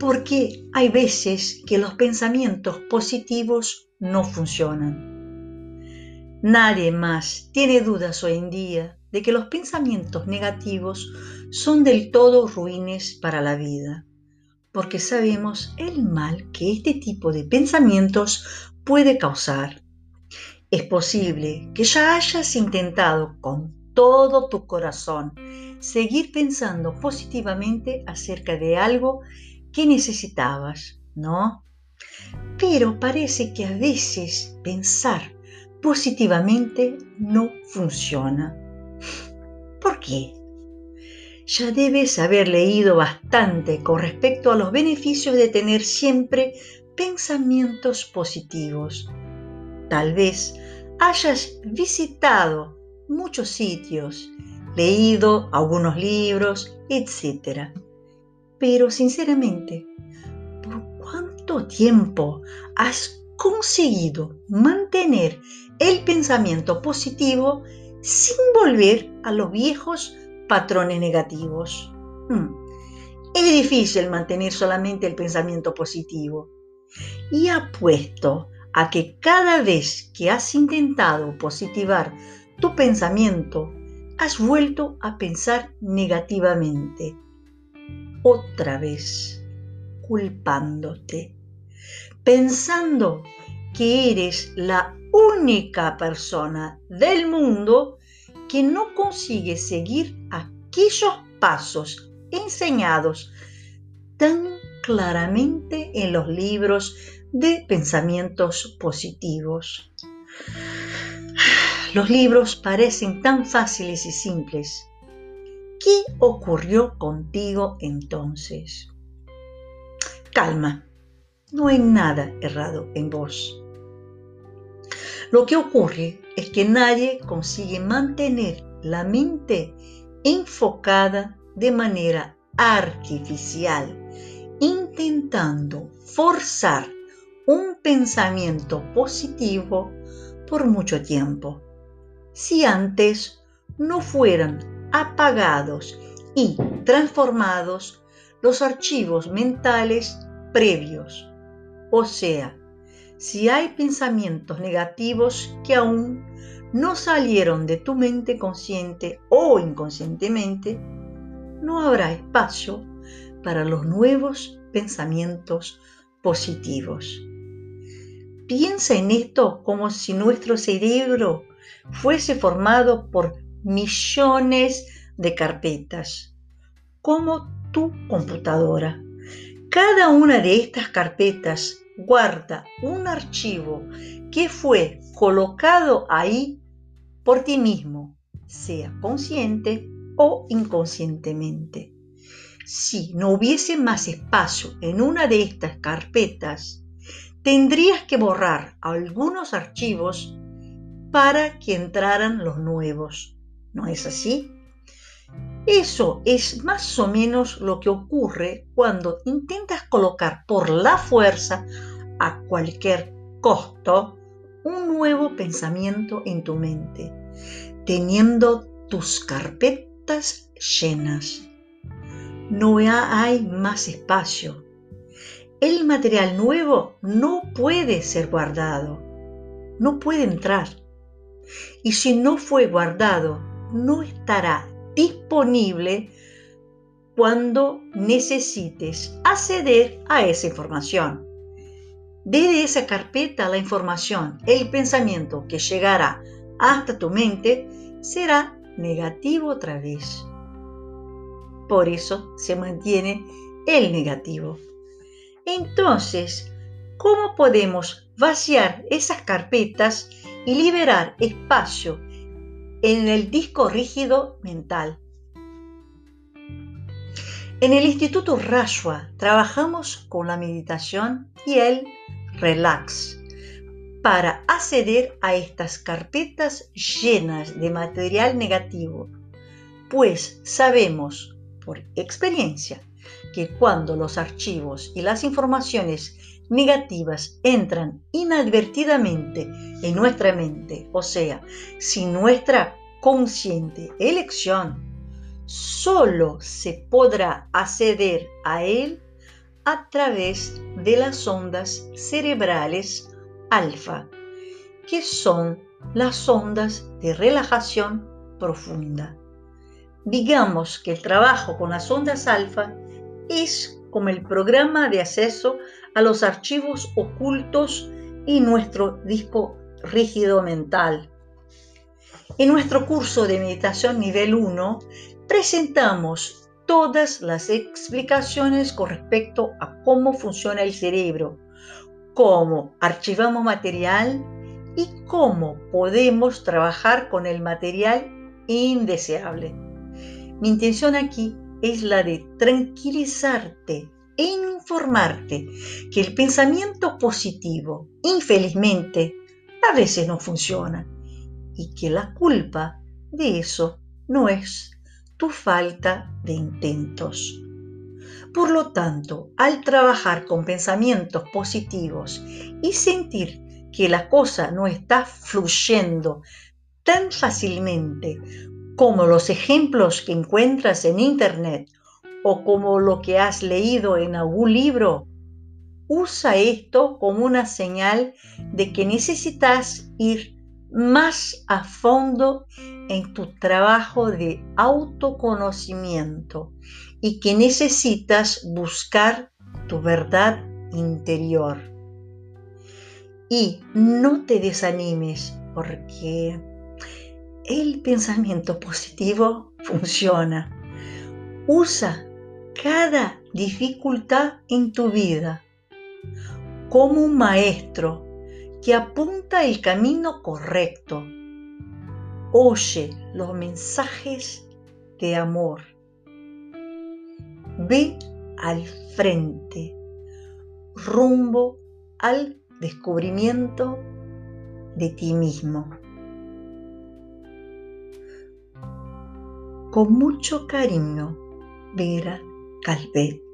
Porque hay veces que los pensamientos positivos no funcionan. Nadie más tiene dudas hoy en día de que los pensamientos negativos son del todo ruines para la vida, porque sabemos el mal que este tipo de pensamientos puede causar. Es posible que ya hayas intentado con todo tu corazón seguir pensando positivamente acerca de algo que necesitabas, ¿no? Pero parece que a veces pensar positivamente no funciona. ¿Por qué? Ya debes haber leído bastante con respecto a los beneficios de tener siempre pensamientos positivos. Tal vez hayas visitado muchos sitios, leído algunos libros, etc. Pero sinceramente, ¿por cuánto tiempo has conseguido mantener el pensamiento positivo sin volver a los viejos patrones negativos? Es difícil mantener solamente el pensamiento positivo. Y apuesto a que cada vez que has intentado positivar tu pensamiento, has vuelto a pensar negativamente. Otra vez, culpándote, pensando que eres la única persona del mundo que no consigue seguir aquellos pasos enseñados tan claramente en los libros de pensamientos positivos. Los libros parecen tan fáciles y simples. ¿Qué ocurrió contigo entonces? Calma, no hay nada errado en vos. Lo que ocurre es que nadie consigue mantener la mente enfocada de manera artificial, intentando forzar un pensamiento positivo por mucho tiempo, si antes no fueran apagados y transformados los archivos mentales previos. O sea, si hay pensamientos negativos que aún no salieron de tu mente consciente o inconscientemente, no habrá espacio para los nuevos pensamientos positivos. Piensa en esto como si nuestro cerebro fuese formado por millones de carpetas, como tu computadora. Cada una de estas carpetas guarda un archivo que fue colocado ahí por ti mismo, sea consciente o inconscientemente. Si no hubiese más espacio en una de estas carpetas, tendrías que borrar algunos archivos para que entraran los nuevos. ¿No es así? Eso es más o menos lo que ocurre cuando intentas colocar por la fuerza, a cualquier costo, un nuevo pensamiento en tu mente, teniendo tus carpetas llenas. No hay más espacio. El material nuevo no puede ser guardado, no puede entrar. Y si no fue guardado, no estará disponible cuando necesites acceder a esa información. Desde esa carpeta, la información, el pensamiento que llegará hasta tu mente será negativo otra vez. Por eso se mantiene el negativo. Entonces, ¿cómo podemos vaciar esas carpetas y liberar espacio en el disco rígido mental? En el Instituto Rashwa trabajamos con la meditación y el relax para acceder a estas carpetas llenas de material negativo, pues sabemos por experiencia que cuando los archivos y las informaciones negativas entran inadvertidamente en nuestra mente, o sea, sin nuestra consciente elección, solo se podrá acceder a él a través de las ondas cerebrales alfa, que son las ondas de relajación profunda. Digamos que el trabajo con las ondas alfa es como el programa de acceso a los archivos ocultos en nuestro disco rígido mental. En nuestro curso de meditación nivel 1 presentamos todas las explicaciones con respecto a cómo funciona el cerebro, cómo archivamos material y cómo podemos trabajar con el material indeseable. Mi intención aquí es la de tranquilizarte e informarte que el pensamiento positivo, infelizmente, a veces no funciona y que la culpa de eso no es tu falta de intentos. Por lo tanto, al trabajar con pensamientos positivos y sentir que la cosa no está fluyendo tan fácilmente como los ejemplos que encuentras en internet o como lo que has leído en algún libro, usa esto como una señal de que necesitas ir más a fondo en tu trabajo de autoconocimiento y que necesitas buscar tu verdad interior. Y no te desanimes porque el pensamiento positivo funciona. Usa cada dificultad en tu vida como un maestro que apunta el camino correcto. Oye los mensajes de amor. Ve al frente, rumbo al descubrimiento de ti mismo. Con mucho cariño, Vera Calvet.